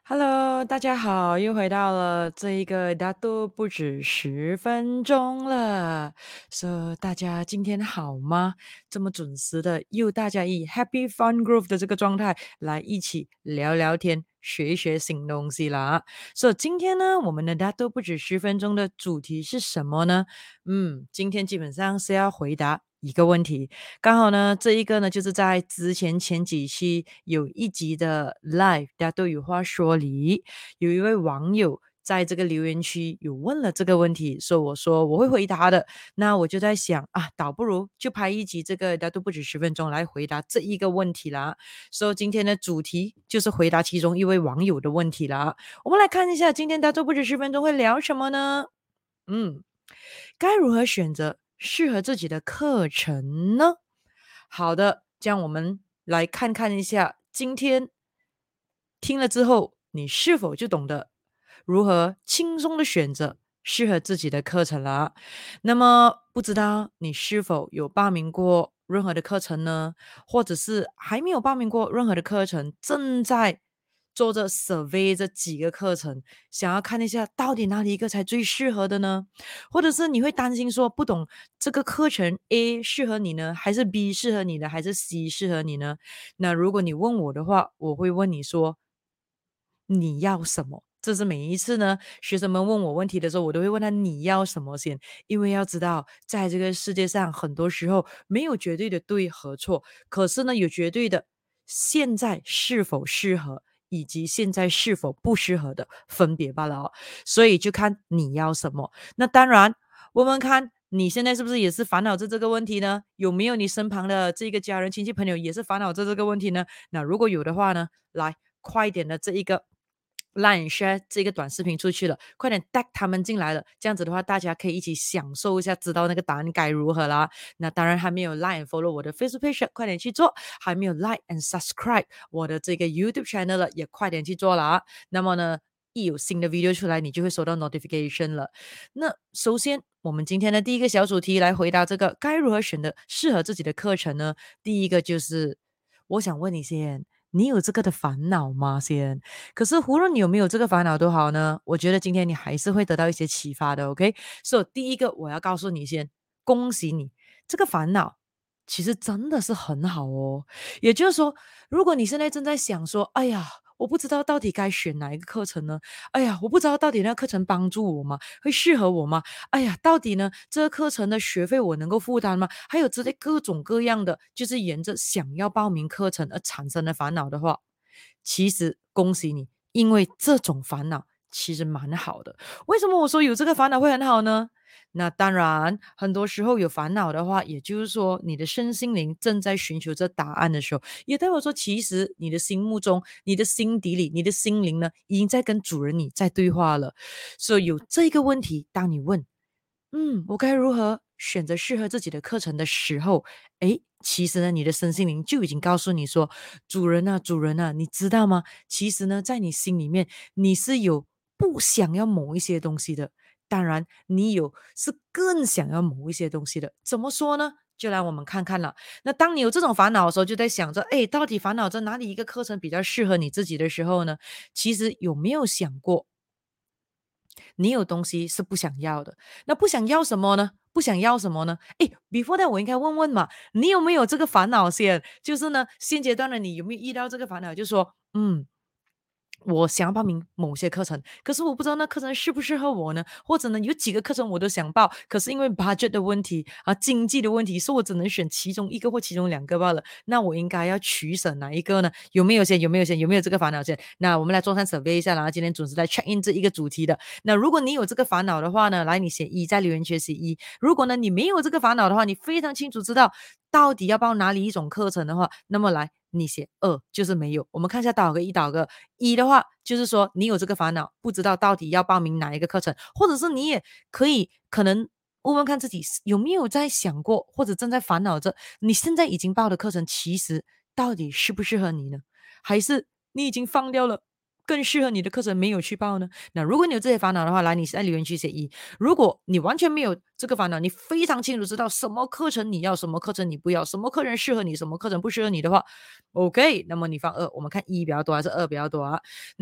Hello，大家好，又回到了这一个大都不止10分钟了。大家今天好吗？这么准时的，又大家以 Happy Fun Groove 的这个状态来一起聊聊天，学一学新东西啦。今天呢，我们的大都不止10分钟的主题是什么呢？今天基本上是要回答一个问题。刚好呢，这一个呢，就是在之前前几期有一集的 live，大家都有话说理，有一位网友在这个留言区有问了这个问题，我说我会回答的。那我就在想啊，倒不如就拍一集这个大家都不止10分钟来回答这一个问题啦。今天的主题就是回答其中一位网友的问题啦。我们来看一下今天大家都不止十分钟会聊什么呢？嗯，该如何选择适合自己的课程呢？好的，这样我们来看看一下，今天听了之后，你是否就懂得如何轻松的选择适合自己的课程了？那么，不知道你是否有报名过任何的课程呢？或者是还没有报名过任何的课程，正在做着 survey 这几个课程，想要看一下到底哪里一个才最适合的呢？或者是你会担心说不懂这个课程 A 适合你呢，还是 B 适合你呢，还是 C 适合你呢？那如果你问我的话，我会问你说你要什么？这是每一次呢，学生们问我问题的时候，我都会问他你要什么先，因为要知道，在这个世界上，很多时候没有绝对的对和错，可是呢，有绝对的现在是否适合，以及现在是否不适合的分别罢了哦。所以就看你要什么。那当然，问问看你现在是不是也是烦恼着这个问题呢？有没有你身旁的这个家人、亲戚、朋友也是烦恼着这个问题呢？那如果有的话呢，来快一点的这一个 Line share 这个短视频出去了，快点带他们进来了。这样子的话，大家可以一起享受一下，知道那个答案该如何啦。那当然还没有 Like and follow 我的 Facebook page，快点去做；还没有 Like and subscribe 我的这个 YouTube channel 了，也快点去做了啊。那么呢，一有新的 video 出来，你就会收到 notification 了。那首先，我们今天的第一个小主题来回答这个该如何选择适合自己的课程呢？第一个就是，我想问你先，你有这个的烦恼吗？先，可是无论你有没有这个烦恼都好呢，我觉得今天你还是会得到一些启发的，OK？第一个我要告诉你先，恭喜你，这个烦恼其实真的是很好哦。也就是说，如果你现在正在想说，哎呀，我不知道到底该选哪一个课程呢？哎呀，我不知道到底那个课程帮助我吗？会适合我吗？哎呀，到底呢，这个课程的学费我能够负担吗？还有之类各种各样的，就是沿着想要报名课程而产生的烦恼的话，其实恭喜你，因为这种烦恼其实蛮好的。为什么我说有这个烦恼会很好呢？那当然，很多时候有烦恼的话，也就是说你的身心灵正在寻求这答案的时候，也代表说，其实你的心目中、你的心底里、你的心灵呢，已经在跟主人你在对话了。有这个问题，当你问我该如何选择适合自己的课程的时候，诶，其实呢，你的身心灵就已经告诉你说，主人啊，主人啊，你知道吗？其实呢，在你心里面，你是有不想要某一些东西的，当然，你是更想要某一些东西的。怎么说呢？就让我们看看了。那当你有这种烦恼的时候，就在想着，诶，到底烦恼着哪里一个课程比较适合你自己的时候呢？其实有没有想过，你有东西是不想要的，那不想要什么呢？不想要什么呢？诶，before that 我应该问问嘛，你有没有这个烦恼先？就是呢，现阶段的你有没有遇到这个烦恼？就说，我想要报名某些课程，可是我不知道那课程适不适合我呢？或者呢，有几个课程我都想报，可是因为 budget 的问题啊，经济的问题，所以我只能选其中一个或其中两个罢了。那我应该要取舍哪一个呢？有没有先？有没有先？有没有这个烦恼先？那我们来做上 survey 一下，然后今天准时来 check in 这一个主题的。那如果你有这个烦恼的话呢，来你写一，在留言区写一。如果呢你没有这个烦恼的话，你非常清楚知道到底要报哪里一种课程的话，那么来你写二，就是没有。我们看一下多少个一，多少个一的话，就是说你有这个烦恼，不知道到底要报名哪一个课程，或者是你也可能问问看自己有没有在想过，或者正在烦恼着，你现在已经报的课程，其实到底适不适合你呢？还是你已经放掉了更适合你的课程没有去报呢？那如果你有这些烦恼的话，来你在留言区写一。如果你完全没有这个烦恼，你非常清楚知道什么课程你要，什么课程你不要，什么课程适合你，什么课程不适合你的话，OK，那么你放二，我们看一比较多还是二比较多啊？那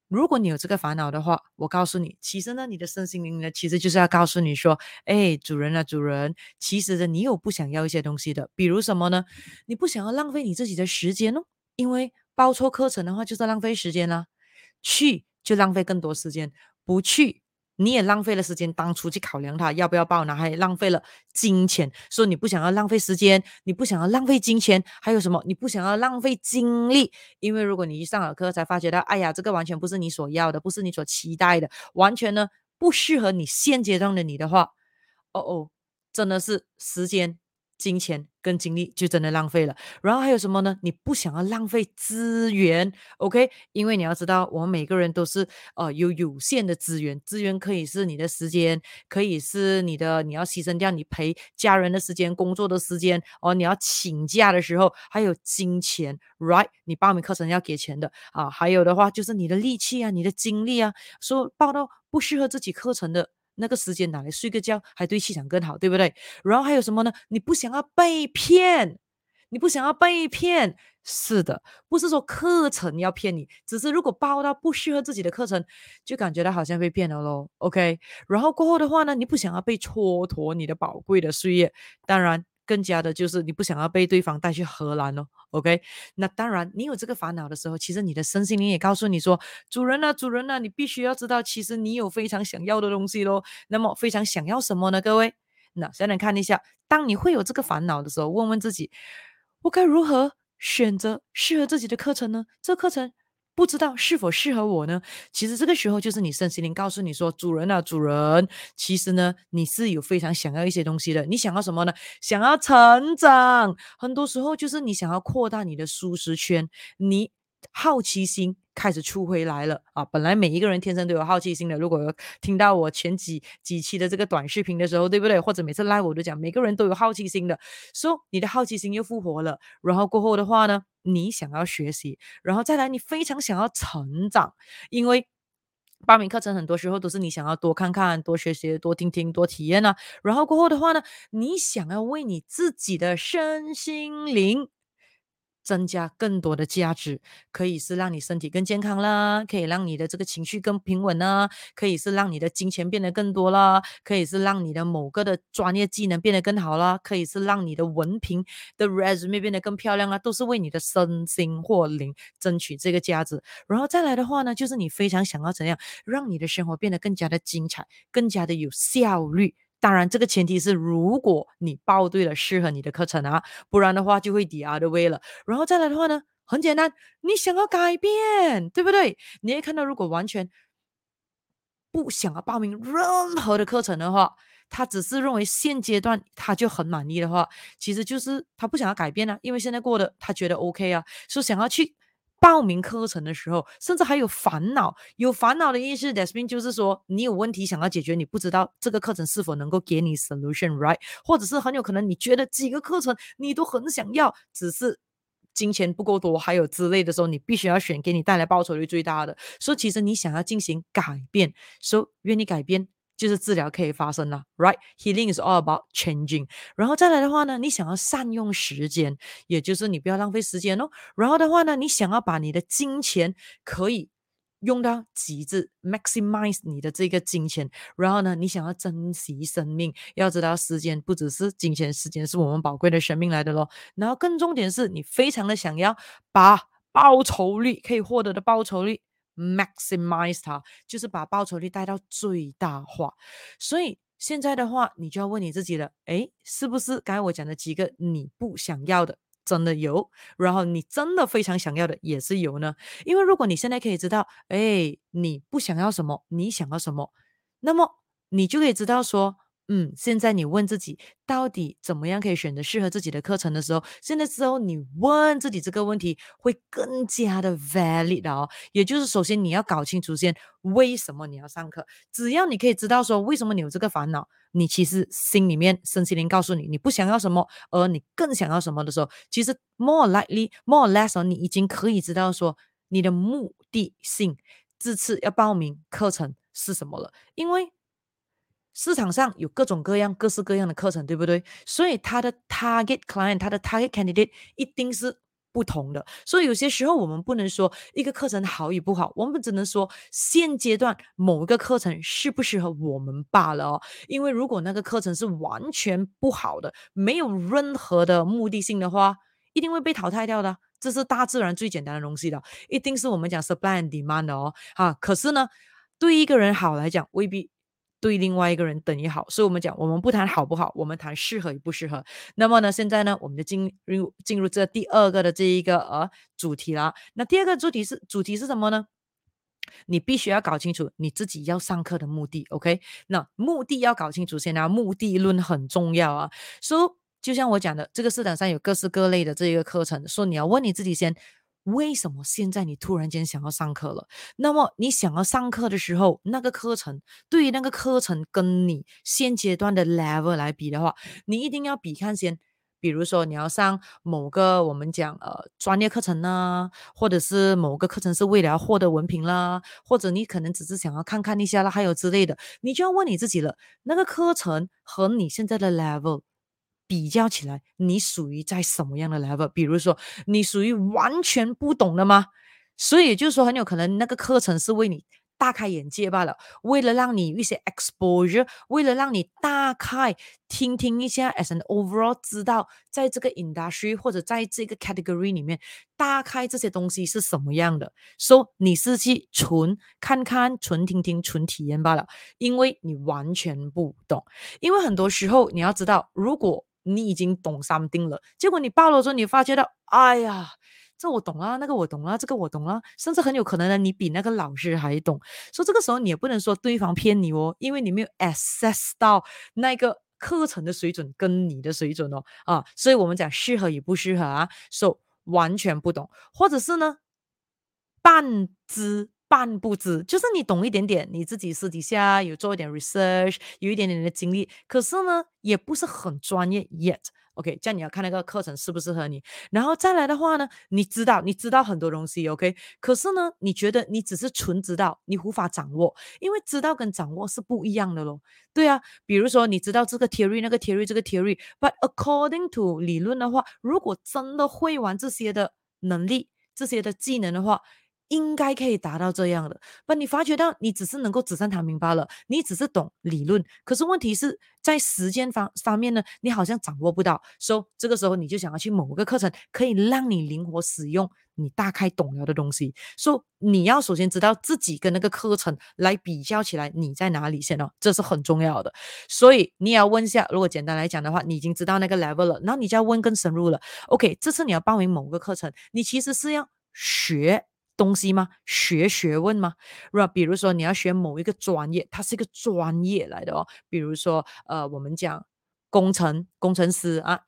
如果你有这个烦恼的话，我告诉你，其实呢，你的身心灵呢，其实就是要告诉你说，哎，主人啊，主人，其实呢，你有不想要一些东西的，比如什么呢？你不想要浪费你自己的时间哦，因为报错课程的话就是浪费时间啦，去就浪费更多时间，不去你也浪费了时间，当初去考量它要不要报呢，还浪费了金钱。说你不想要浪费时间，你不想要浪费金钱，还有什么？你不想要浪费精力，因为如果你一上了课才发觉到，哎呀，这个完全不是你所要的，不是你所期待的，完全呢不适合你现阶段的你的话，哦哦，真的是时间、金钱跟精力就真的浪费了。然后还有什么呢？你不想要浪费资源，OK？因为你要知道，我们每个人都是有限的资源，资源可以是你的时间，可以是你要牺牲掉你陪家人的时间、工作的时间，哦，你要请假的时候，还有金钱，right？你报名课程要给钱的啊，还有的话就是你的力气啊、你的精力啊，说报到不适合自己课程的。那个时间拿来睡个觉，还对气场更好，对不对？然后还有什么呢？你不想要被骗，你不想要被骗，是的，不是说课程要骗你，只是如果报到不适合自己的课程，就感觉到好像被骗了咯。OK，然后过后的话呢，你不想要被蹉跎你的宝贵的岁月，当然更加的就是你不想要被对方带去荷兰咯。OK，那当然，你有这个烦恼的时候，其实你的身心灵也告诉你说，主人啊，主人啊，你必须要知道，其实你有非常想要的东西咯。那么非常想要什么呢？各位，那想想看一下，当你会有这个烦恼的时候，问问自己，我该如何选择适合自己的课程呢？这课程不知道是否适合我呢？其实这个时候就是你身心灵告诉你说：“主人啊，主人，其实呢，你是有非常想要一些东西的。你想要什么呢？想要成长。很多时候就是你想要扩大你的舒适圈，你好奇心开始出回来了啊！本来每一个人天生都有好奇心的。如果有听到我前几期的这个短视频的时候，对不对？或者每次 live 我都讲，每个人都有好奇心的。说、你的好奇心又复活了，然后过后的话呢，你想要学习，然后再来你非常想要成长，因为报名课程很多时候都是你想要多看看、多学习、多听听、多体验啊。然后过后的话呢，你想要为你自己的身心灵增加更多的价值，可以是让你身体更健康啦，可以让你的这个情绪更平稳啦，可以是让你的金钱变得更多啦，可以是让你的某个的专业技能变得更好啦，可以是让你的文凭的 resume 变得更漂亮啊，都是为你的身心或灵争取这个价值。然后再来的话呢，就是你非常想要怎样让你的生活变得更加的精彩，更加的有效率。当然，这个前提是如果你报对了适合你的课程啊，不然的话就会 the other way 了。然后再来的话呢，很简单，你想要改变，对不对？你会看到，如果完全不想要报名任何的课程的话，他只是认为现阶段他就很满意的话，其实就是他不想要改变啊，因为现在过得他觉得 OK 啊，说想要去报名课程的时候，甚至还有烦恼。有烦恼的意思 t h a t mean 就是说你有问题想要解决，你不知道这个课程是否能够给你 solution，right？或者是很有可能你觉得几个课程你都很想要，只是金钱不够多，还有之类的时候，你必须要选给你带来报酬率最大的。所以其实你想要进行改变，说愿意改变，就是治疗可以发生了，right？Healing is all about changing。然后再来的话呢，你想要善用时间，也就是你不要浪费时间哦。然后的话呢，你想要把你的金钱可以用到极致，maximize 你的这个金钱。然后呢，你想要珍惜生命，要知道时间不只是金钱，时间是我们宝贵的生命来的咯。然后更重点是你非常的想要把报酬率可以获得的报酬率 maximize 它，就是把报酬率带到最大化。所以现在的话，你就要问你自己了，诶，是不是刚才我讲的几个你不想要的，真的有，然后你真的非常想要的也是有呢？因为如果你现在可以知道，诶，你不想要什么，你想要什么，那么你就可以知道说，现在你问自己，到底怎么样可以选择适合自己的课程的时候，现在之后你问自己这个问题会更加的 valid 的哦。也就是首先你要搞清楚先为什么你要上课，只要你可以知道说为什么你有这个烦恼，你其实心里面身心灵告诉你你不想要什么，而你更想要什么的时候，其实 more likely more or less 哦，你已经可以知道说你的目的性，这次要报名课程是什么了，因为市场上有各种各样、各式各样的课程，对不对？所以他的 target client、他的 target candidate 一定是不同的。所以有些时候我们不能说一个课程好与不好，我们只能说现阶段某一个课程适不适合我们罢了哦。因为如果那个课程是完全不好的，没有任何的目的性的话，一定会被淘汰掉的。这是大自然最简单的东西的，一定是我们讲 supply and demand 的哦。可是呢，对一个人好来讲，未必对另外一个人等于好。所以我们讲，我们不谈好不好，我们谈适合与不适合。那么呢，现在呢，我们就进入这第二个的这一个主题啦。那第二个主题是什么呢？你必须要搞清楚你自己要上课的目的，OK？那目的要搞清楚先啊，目的论很重要啊。So，就像我讲的，这个市场上有各式各类的这一个课程，说你要问你自己先，为什么现在你突然间想要上课了？那么你想要上课的时候，那个课程对于那个课程跟你现阶段的 level 来比的话，你一定要比看先。比如说你要上某个我们讲专业课程啦，或者是某个课程是为了要获得文凭啦，或者你可能只是想要看看一下啦，还有之类的，你就要问你自己了，那个课程和你现在的 level 比较起来，你属于在什么样的 level？比如说你属于完全不懂的吗？所以也就是说，很有可能那个课程是为你大开眼界罢了，为了让你有一些 exposure，为了让你大概听听一下 as an overall 知道在这个 industry 或者在这个 category 里面，大概这些东西是什么样的。So 你是去纯看看、纯听听、纯体验罢了，因为你完全不懂。因为很多时候你要知道，如果你已经懂 something 了，结果你报了之后，你发觉到，哎呀，这我懂啊，那个我懂啊，这个我懂啊，甚至很有可能呢，你比那个老师还懂。所以这个时候你也不能说对方骗你哦，因为你没有 access 到那个课程的水准跟你的水准哦。所以我们讲适合与不适合啊，so 完全不懂，或者是呢半知半不知，就是你懂一点点，你自己私底下有做一点 research，有一点点的经历，可是呢，也不是很专业 yet。OK，这样你要看那个课程适不适合你，然后再来的话呢，你知道很多东西，OK，可是呢，你觉得你只是纯知道，你无法掌握，因为知道跟掌握是不一样的咯。对啊，比如说你知道这个 theory 那个 theory 这个 theory，but according to 理论的话，如果真的会玩这些的能力、这些的技能的话，应该可以达到这样的。不，你发觉到你只是能够纸上谈兵罢了，你只是懂理论，可是问题是在时间方面呢，你好像掌握不到。这个时候你就想要去某个课程，可以让你灵活使用你大概懂了的东西。你要首先知道自己跟那个课程来比较起来，你在哪里先哦，这是很重要的。所以你也要问一下，如果简单来讲的话，你已经知道那个 level 了，然后你就要问更深入了。OK，这次你要报名某个课程，你其实是要学东西吗？学学问吗？比如说你要学某一个专业，它是一个专业来的哦。比如说我们讲工程师啊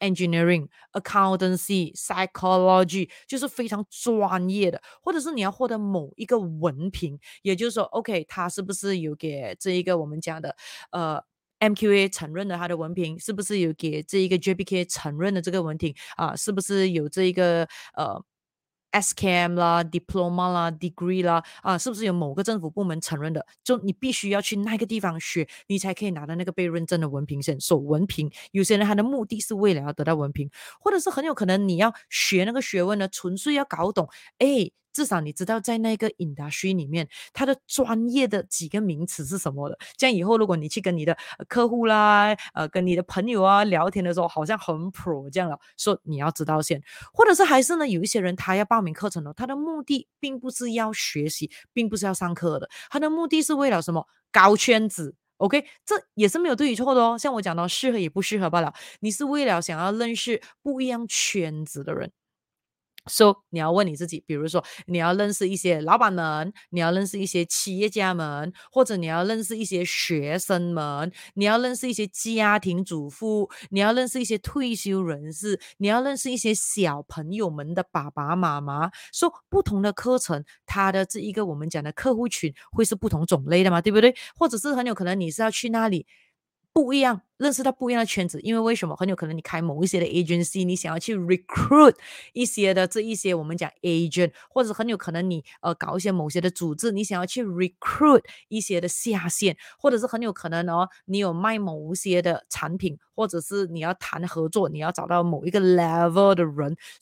，engineering、accountancy、psychology，就是非常专业的，或者是你要获得某一个文凭，也就是说，OK，它是不是有给这一个我们讲的MQA 承认的他的文凭，是不是有给这一个 JPK 承认的这个文凭啊？是不是有这一个SKM 啦、Diploma 啦、Degree 啦是不是有某个政府部门承认的？就你必须要去那个地方学，你才可以拿到那个被认证的文凭线。文凭，有些人他的目的是为了要得到文凭，或者是很有可能你要学那个学问呢，纯粹要搞懂，至少你知道在那个 industry 里面，它的专业的几个名词是什么的。这样以后如果你去跟你的客户啦，跟你的朋友啊聊天的时候，好像很 pro 这样了，说你要知道先。或者是还是呢，有一些人他要报名课程的，他的目的并不是要学习，并不是要上课的，他的目的是为了什么？搞圈子。OK，这也是没有对与错的哦。像我讲的，适合也不适合罢了。你是为了想要认识不一样圈子的人，你要问你自己，比如说你要认识一些老板们，你要认识一些企业家们，或者你要认识一些学生们，你要认识一些家庭主妇，你要认识一些退休人士，你要认识一些小朋友们的爸爸妈妈。不同的课程，它的这一个我们讲的客户群会是不同种类的嘛，对不对？或者是很有可能你是要去那里不一样，认识到不一样的圈子，因为为什么？很有可能你开某一些的 agency，你想要去 recruit 一些的这一些我们讲 agent，或者很有可能你搞一些某些的组织，你想要去 recruit 一些的下线，或者是很有可能你有卖某一些的产品，或者是你要谈合作，你要找到某一个 level 的人。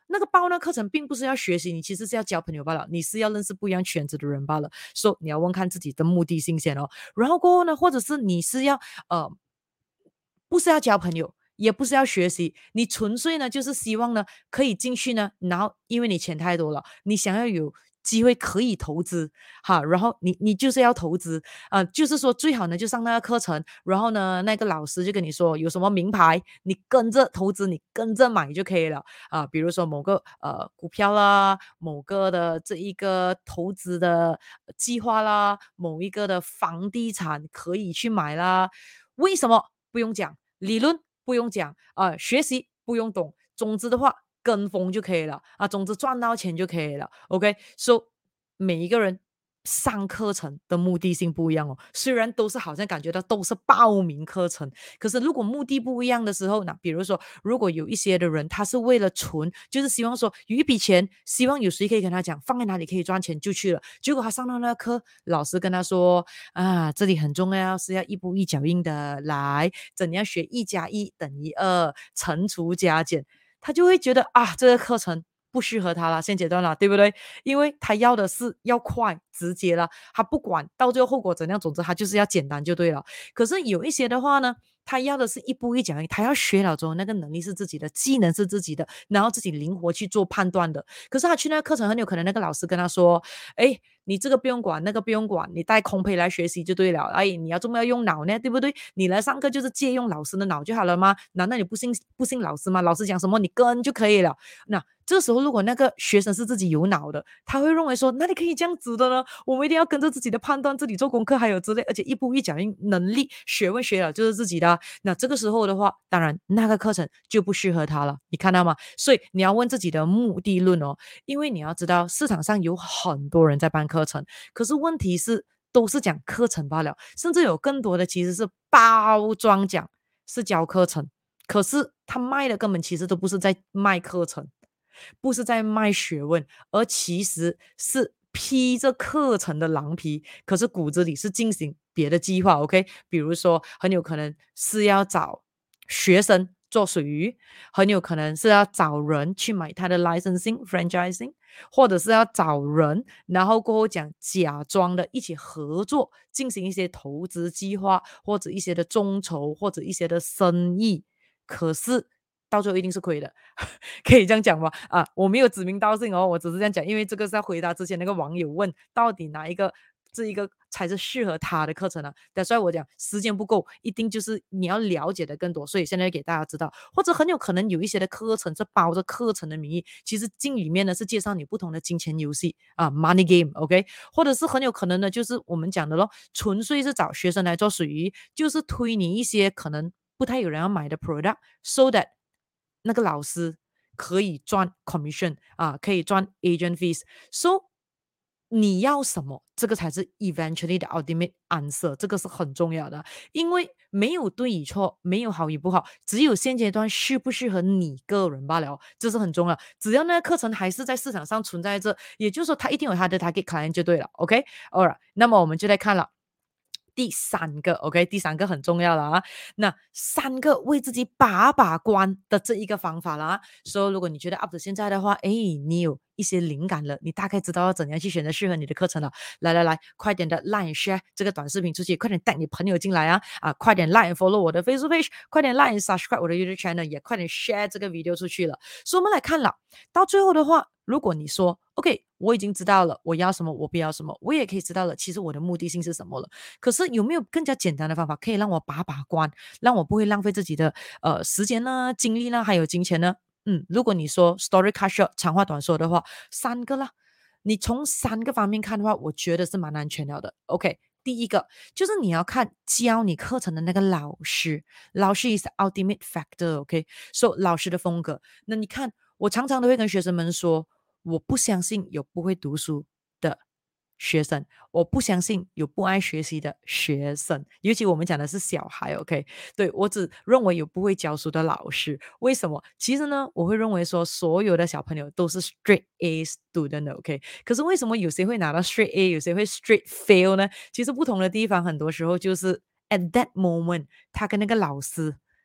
那个报那课程并不是要学习，你其实是要交朋友罢了，你是要认识不一样圈子的人罢了。所以你要问看自己的目的性先哦。然后过后呢，或者是你是要不是要交朋友，也不是要学习，你纯粹呢就是希望呢可以进去呢，然后因为你钱太多了，你想要有机会可以投资哈，然后你就是要投资，就是说最好呢就上那个课程，然后呢那个老师就跟你说有什么名牌，你跟着投资，你跟着买就可以了啊，比如说某个股票啦，某个的这一个投资的计划啦，某一个的房地产可以去买啦，为什么不用讲？理论不用讲学习不用懂，总之的话跟风就可以了啊，总之赚到钱就可以了。OK，so 每一个人上课程的目的性不一样哦，虽然都是好像感觉到都是报名课程，可是如果目的不一样的时候呢，比如说如果有一些的人他是为了存，就是希望说有一笔钱，希望有谁可以跟他讲放在哪里可以赚钱就去了，结果他上到那个课，老师跟他说这里很重要，是要一步一脚印的来，怎样学1+1等于2，乘除加减，他就会觉得这个课程不适合他了，现阶段了，对不对？因为他要的是要快直接了，他不管到最后后果怎样，总之他就是要简单就对了。可是有一些的话呢，他要的是一步一脚印，他要学了之后，那个能力是自己的，技能是自己的，然后自己灵活去做判断的。可是他去那个课程，很有可能那个老师跟他说：“哎，你这个不用管，那个不用管，你带空胚来学习就对了。哎，你要这么要用脑呢，对不对？你来上课就是借用老师的脑就好了吗？难道你不信老师吗？老师讲什么你跟就可以了。那这时候如果那个学生是自己有脑的，他会认为说，那你可以这样子的呢？我们一定要跟着自己的判断，自己做功课，还有之类，而且一步一脚印，能力学问学了就是自己的啊。那这个时候的话，当然那个课程就不适合他了，你看到吗？所以你要问自己的目的论哦。因为你要知道市场上有很多人在办课程，可是问题是都是讲课程罢了，甚至有更多的其实是包装讲是教课程，可是他卖的根本其实都不是在卖课程，不是在卖学问，而其实是披着课程的狼皮，可是骨子里是进行别的计划。OK，比如说很有可能是要找学生做水鱼，很有可能是要找人去买他的 licensing franchising，或者是要找人，然后过后讲假装的一起合作，进行一些投资计划，或者一些的众筹，或者一些的生意。可是到最后一定是亏的，可以这样讲吗？我没有指名道姓哦，我只是这样讲，因为这个是要回答之前那个网友问，到底哪一个这一个才是适合他的课程呢？所以我讲时间不够，一定就是你要了解的更多，所以现在给大家知道，或者很有可能有一些的课程是包着课程的名义，其实进里面呢是介绍你不同的金钱游戏money game，OK，或者是很有可能呢，就是我们讲的咯，纯粹是找学生来做水鱼，就是推你一些可能不太有人要买的 product，so that 那个老师可以赚 commission 可以赚 agent fees，so 你要什么？这个才是 eventually 的 ultimate answer，这个是很重要的，因为没有对与错，没有好与不好，只有现阶段适不适合你个人罢了，这是很重要。只要那个课程还是在市场上存在着，也就是说，它一定有它的 target client 就对了。OK，alright，那么我们就来看了。第三个，OK，第三个很重要了那三个为自己把关的这一个方法啦。所以如果你觉得 up 到现在的话，你有一些灵感了，你大概知道要怎样去选择适合你的课程了。来，快点的 Line share 这个短视频出去，快点带你朋友进来快点 Line follow 我的 Facebook page，快点 Line subscribe 我的 YouTube channel，也快点 share 这个 video 出去了。所以我们来看了，到最后的话，如果你说 OK，我已经知道了我要什么，我不要什么，我也可以知道了，其实我的目的性是什么了。可是有没有更加简单的方法，可以让我把关，让我不会浪费自己的时间呢、精力呢，还有金钱呢？如果你说 story cut short 长话短说的话，三个啦。你从三个方面看的话，我觉得是蛮安全了的。OK，第一个就是你要看教你课程的那个老师，老师 is the ultimate factor，OK，so 老师的风格。那你看，我常常都会跟学生们说，我不相信有不会读书的学生，我不相信有不爱学习的学生，尤其我们讲的是小孩，OK？对，我只认为有不会教书的老师。为什么？其实呢，我会认为说所有的小朋友都是 straight A student，OK？可是为什么有些会拿到 straight A，有些会 straight fail 呢？其实不同的地方，很多时候就是 at that moment，他跟那个老师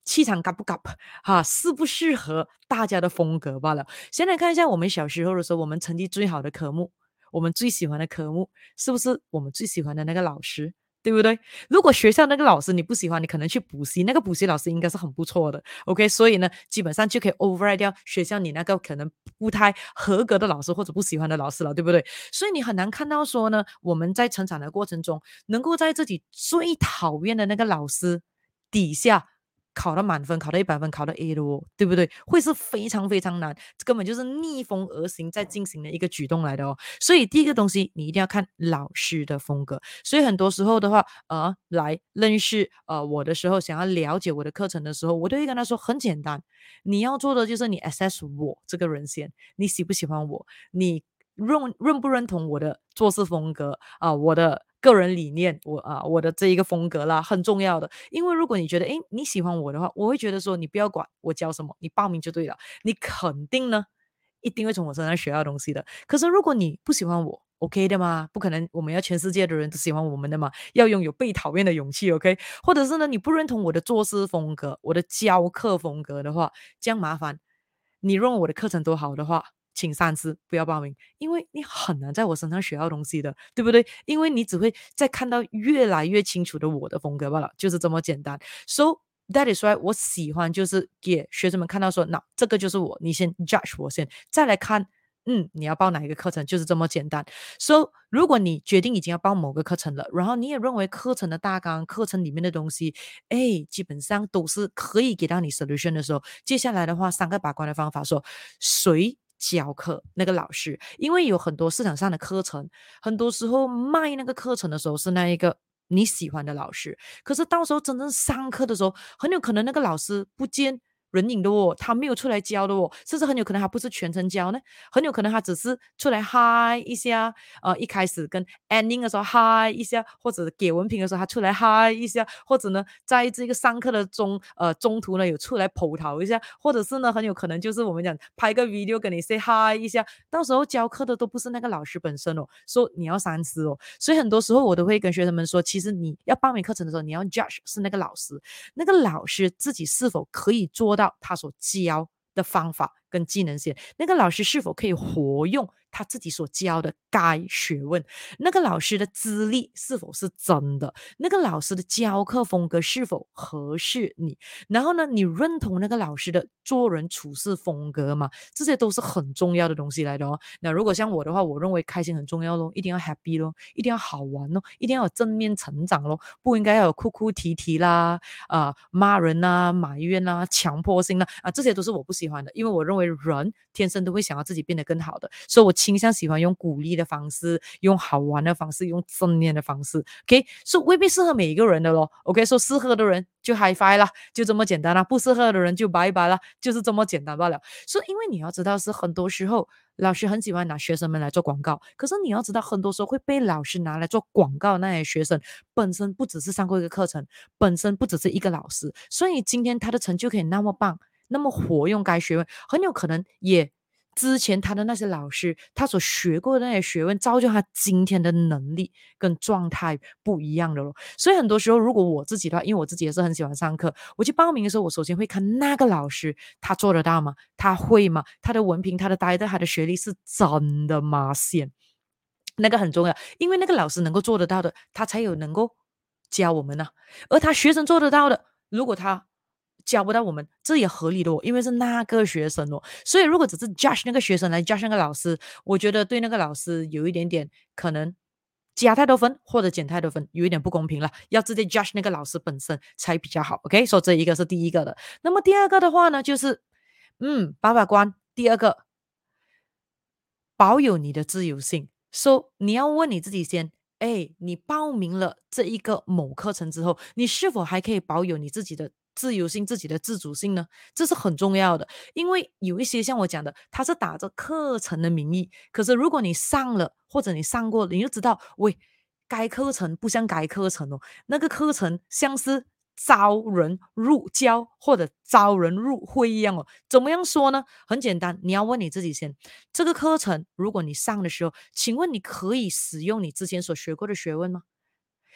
气场嘎不嘎哈，适不适合大家的风格罢了。先来看一下我们小时候的时候，我们成绩最好的科目，我们最喜欢的科目，是不是我们最喜欢的那个老师？对不对？如果学校那个老师你不喜欢，你可能去补习，那个补习老师应该是很不错的，OK。所以呢，基本上就可以 override 掉学校你那个可能不太合格的老师或者不喜欢的老师了，对不对？所以你很难看到说呢，我们在成长的过程中，能够在自己最讨厌的那个老师底下考到满分，考到100分，考到 A 的哦，对不对？会是非常非常难，根本就是逆风而行在进行的一个举动来的哦。所以第一个东西，你一定要看老师的风格。所以很多时候的话，来认识我的时候，想要了解我的课程的时候，我都会跟他说很简单，你要做的就是你 assess 我这个人先，你喜不喜欢我，你认不认同我的做事风格我的个人理念，我的这一个风格啦，很重要的。因为如果你觉得，诶，你喜欢我的话，我会觉得说你不要管我教什么，你报名就对了，你肯定呢一定会从我身上学到东西的。可是如果你不喜欢我，OK 的嘛，不可能我们要全世界的人都喜欢我们的嘛，要拥有被讨厌的勇气，OK？或者是呢，你不认同我的做事风格，我的教课风格的话，这样麻烦，你认为我的课程多好的话，请三思，不要报名，因为你很难在我身上学到东西的，对不对？因为你只会再看到越来越清楚的我的风格罢了，就是这么简单。So that is why 我喜欢就是给学生们看到说，那这个就是我，你先 judge 我先，再来看。你要报哪一个课程，就是这么简单。So，如果你决定已经要报某个课程了，然后你也认为课程的大纲、课程里面的东西，哎，基本上都是可以给到你 solution 的时候，接下来的话，三个把关的方法说，谁教课那个老师，因为有很多市场上的课程，很多时候卖那个课程的时候是那一个你喜欢的老师，可是到时候真正上课的时候，很有可能那个老师不见人影的哦，他没有出来教的哦，甚至很有可能他不是全程教呢，很有可能他只是出来嗨一下，一开始跟 ending 的时候嗨一下，或者给文凭的时候他出来嗨一下，或者呢，在这个上课的中途呢有出来吐槽一下，或者是呢很有可能就是我们讲拍个 video 跟你 say hi 一下，到时候教课的都不是那个老师本身哦，说你要三思哦。所以很多时候我都会跟学生们说，其实你要报名课程的时候，你要 judge 是那个老师，那个老师自己是否可以做到他所教的方法跟技能线，那个老师是否可以活用他自己所教的该学问，那个老师的资历是否是真的，那个老师的教课风格是否合适你，然后呢，你认同那个老师的做人处事风格吗？这些都是很重要的东西来的哦。那如果像我的话，我认为开心很重要咯，一定要 happy 咯，一定要好玩咯，一定要有正面成长咯，不应该要有哭哭啼啼啦，骂人啊、埋怨啊、强迫性这些都是我不喜欢的，因为我认为人天生都会想要自己变得更好的，所以我倾向喜欢用鼓励的方式，用好玩的方式，用正面的方式，OK，所以未必适合每一个人的咯，OK，说适合的人就 high five 啦，就这么简单啦，不适合的人就拜拜啦，就是这么简单罢了。所以因为你要知道是很多时候老师很喜欢拿学生们来做广告，可是你要知道很多时候会被老师拿来做广告的那些学生本身不只是上过一个课程，本身不只是一个老师，所以今天他的成就可以那么棒，那么活用该学问，很有可能也之前他的那些老师，他所学过的那些学问，造就他今天的能力跟状态不一样的咯。所以很多时候，如果我自己的话，因为我自己也是很喜欢上课，我去报名的时候，我首先会看那个老师他做得到吗？他会吗？他的文凭、他的待遇、他的学历是真的吗？先，那个很重要，因为那个老师能够做得到的，他才有能够教我们呢、而他学生做得到的，如果他教不到我们，这也合理的哦，因为是那个学生哦。所以如果只是 judge 那个学生来 judge 那个老师，我觉得对那个老师有一点点可能加太多分或者减太多分，有一点不公平了。要直接 judge 那个老师本身才比较好。OK，所以这一个是第一个的。那么第二个的话呢，就是把关。第二个，保有你的自由性。So，你要问你自己先，哎，你报名了这一个某课程之后，你是否还可以保有你自己的自由性、自己的自主性呢？这是很重要的，因为有一些像我讲的，它是打着课程的名义，可是如果你上了或者你上过，你就知道，喂，该课程不像该课程哦，那个课程像是招人入教或者招人入会一样哦。怎么样说呢？很简单，你要问你自己先，这个课程如果你上的时候，请问你可以使用你之前所学过的学问吗？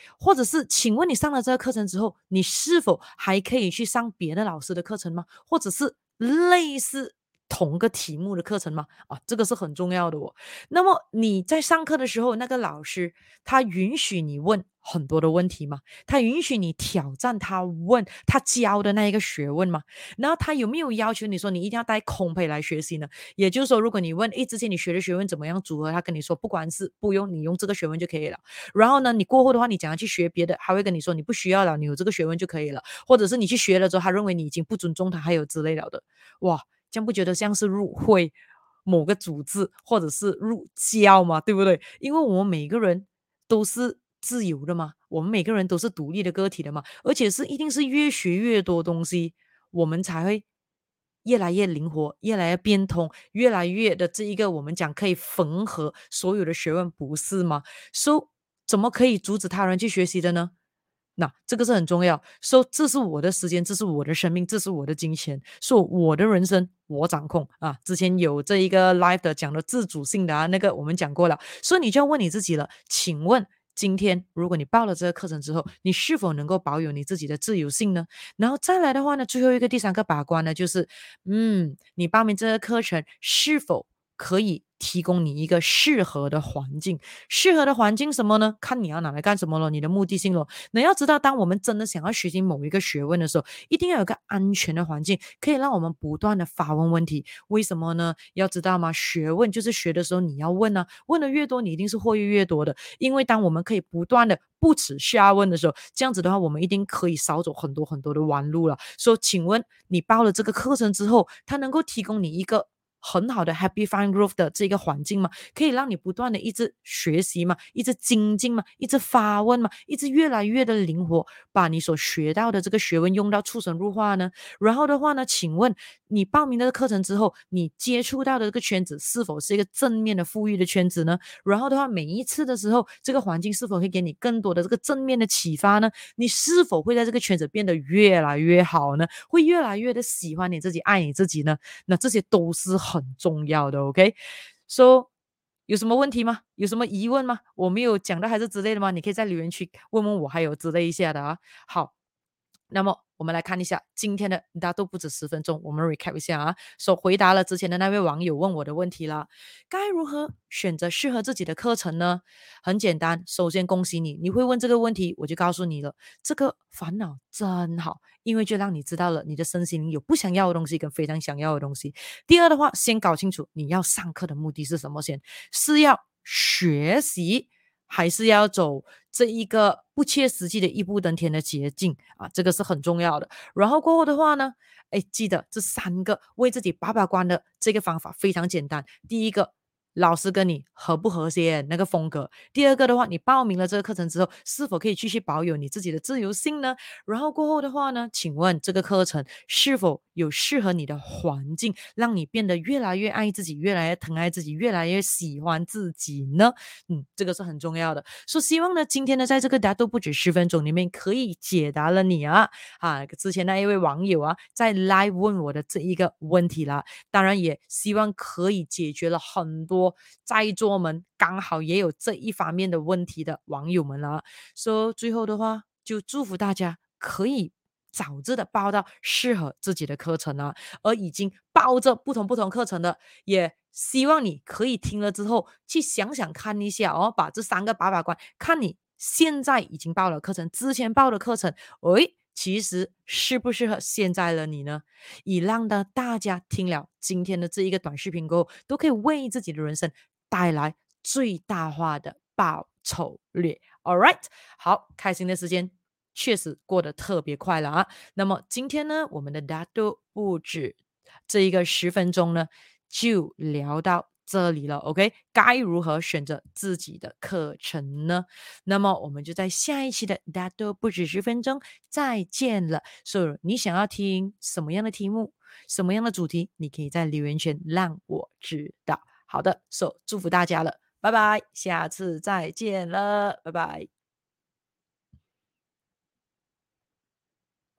或者是请问你上了这个课程之后，你是否还可以去上别的老师的课程吗？或者是类似同个题目的课程吗？啊，这个是很重要的哦。那么你在上课的时候，那个老师他允许你问很多的问题吗？他允许你挑战他教的那一个学问吗？然后他有没有要求你说你一定要带空杯来学习呢？也就是说，如果你问，诶，之前你学的学问怎么样组合？他跟你说，不管是不用，你用这个学问就可以了。然后呢，你过后的话，你讲要去学别的，他会跟你说你不需要了，你有这个学问就可以了。或者是你去学了之后，他认为你已经不尊重他，还有之类了的。哇，这样不觉得像是入会某个组织，或者是入教嘛，对不对？因为我们每个人都是自由的嘛，我们每个人都是独立的个体的嘛，而且是一定是越学越多东西，我们才会越来越灵活，越来越变通，越来越的这一个我们讲可以缝合所有的学问，不是吗？So 怎么可以阻止他人去学习的呢？那这个是很重要。说这是我的时间，这是我的生命，这是我的金钱，说我的人生我掌控啊。之前有这一个 live 的讲的自主性的啊，那个我们讲过了，所以你就要问你自己了，请问今天如果你报了这个课程之后，你是否能够保有你自己的自由性呢？然后再来的话呢，最后一个第三个把关呢，就是你报名这个课程是否可以提供你一个适合的环境？适合的环境什么呢？看你要拿来干什么咯，你的目的性咯。你要知道，当我们真的想要学习某一个学问的时候，一定要有个安全的环境，可以让我们不断的发问问题。为什么呢？要知道吗？学问就是学的时候你要问啊，问的越多，你一定是获益越多的。因为当我们可以不断的不耻下问的时候，这样子的话，我们一定可以少走很多很多的弯路了。说，请问你报了这个课程之后，它能够提供你一个很好的 happy fine growth 的这个环境吗？可以让你不断的一直学习嘛，一直精进嘛，一直发问嘛，一直越来越的灵活，把你所学到的这个学问用到出神入化呢？然后的话呢，请问你报名这个课程之后，你接触到的这个圈子是否是一个正面的富裕的圈子呢？然后的话，每一次的时候，这个环境是否会给你更多的这个正面的启发呢？你是否会在这个圈子变得越来越好呢？会越来越的喜欢你自己，爱你自己呢？那这些都是很重要的，OK？So 有什么问题吗？有什么疑问吗？我没有讲到还是之类的吗？你可以在留言区问问我，还有之类一下的啊。好，那么我们来看一下今天的大都不止10分钟，我们 recap 一下啊。回答了之前的那位网友问我的问题了，该如何选择适合自己的课程呢？很简单，首先恭喜你，你会问这个问题，我就告诉你了，这个烦恼真好，因为就让你知道了你的身心灵有不想要的东西跟非常想要的东西。第二的话，先搞清楚你要上课的目的是什么先，是要学习还是要走这一个不切实际的一步登天的捷径啊？这个是很重要的。然后过后的话呢，记得这3个为自己把关的这个方法非常简单。第一个，老师跟你合不合先那个风格。第二个的话，你报名了这个课程之后，是否可以继续保有你自己的自由性呢？然后过后的话呢，请问这个课程是否有适合你的环境，让你变得越来越爱自己，越来越疼爱自己，越来越喜欢自己呢？这个是很重要的。希望呢，今天呢，在这个答都不止10分钟里面，可以解答了你之前那一位网友在 live 问我的这一个问题啦。当然也希望可以解决了很多在座们刚好也有这一方面的问题的网友们了。最后的话，就祝福大家可以早日的报到适合自己的课程而已经报着不同课程的，也希望你可以听了之后去想想看一下把这3个把关，看你现在已经报了课程，之前报的课程，其实适不适合现在的你呢？以让大家听了今天的这一个短视频过后，都可以为自己的人生带来最大化的报酬率。All right，好，开心的时间确实过得特别快了那么今天呢，我们的大都不止这一个10分钟呢，就聊到这里了。OK，该如何选择自己的课程呢？那么我们就在下一期的大都不止10分钟再见了。你想要听什么样的题目，什么样的主题，你可以在留言圈让我知道。好的，祝福大家了，拜拜，下次再见了，拜拜。